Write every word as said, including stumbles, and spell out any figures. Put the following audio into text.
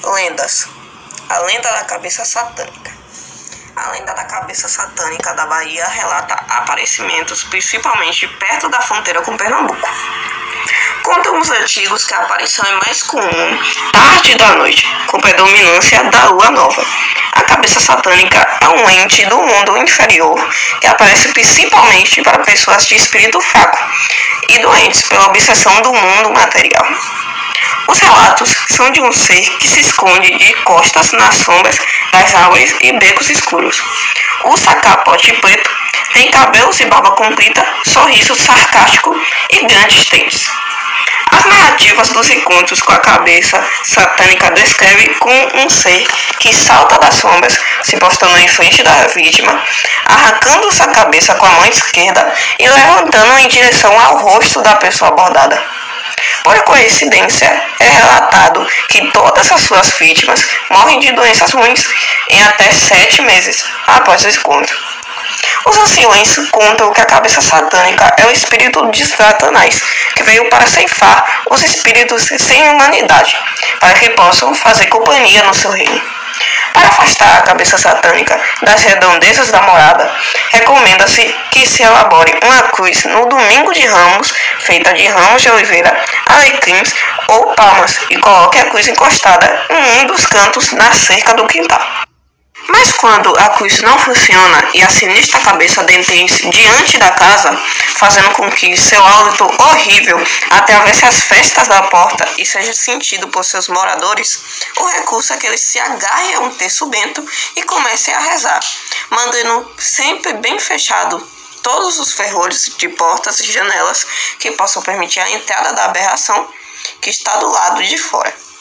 Lendas. A lenda da cabeça satânica. A lenda da cabeça satânica da Bahia relata aparecimentos principalmente perto da fronteira com Pernambuco. Contam os antigos que a aparição é mais comum tarde da noite, com predominância da lua nova. A cabeça satânica é um ente do mundo inferior que aparece principalmente para pessoas de espírito fraco e doentes pela obsessão do mundo material. Os relatos são de um ser que se esconde de costas nas sombras das árvores e becos escuros. Usa capote preto, tem cabelos e barba comprida, sorriso sarcástico e grandes dentes. As narrativas dos encontros com a cabeça satânica descrevem com um ser que salta das sombras, se postando em frente da vítima, arrancando sua cabeça com a mão esquerda e levantando em direção ao rosto da pessoa abordada. Por coincidência, é relatado que todas as suas vítimas morrem de doenças ruins em até sete meses após o encontro. Os anciões contam que a cabeça satânica é o espírito de Satanás, que veio para ceifar os espíritos sem humanidade, para que possam fazer companhia no seu reino. Para afastar a cabeça satânica das redondezas da morada, recomenda-se que se elabore uma cruz no domingo de Ramos, feita de ramos de oliveira, alecrins ou palmas, e coloque a cruz encostada em um dos cantos da cerca do quintal. Mas quando a cruz não funciona e a sinistra cabeça detém-se diante da casa, fazendo com que seu hálito horrível atravesse as frestas da porta e seja sentido por seus moradores, o recurso é que eles se agarrem a um terço bento e comecem a rezar, mantendo sempre bem fechado todos os ferrolhos de portas e janelas que possam permitir a entrada da aberração que está do lado de fora.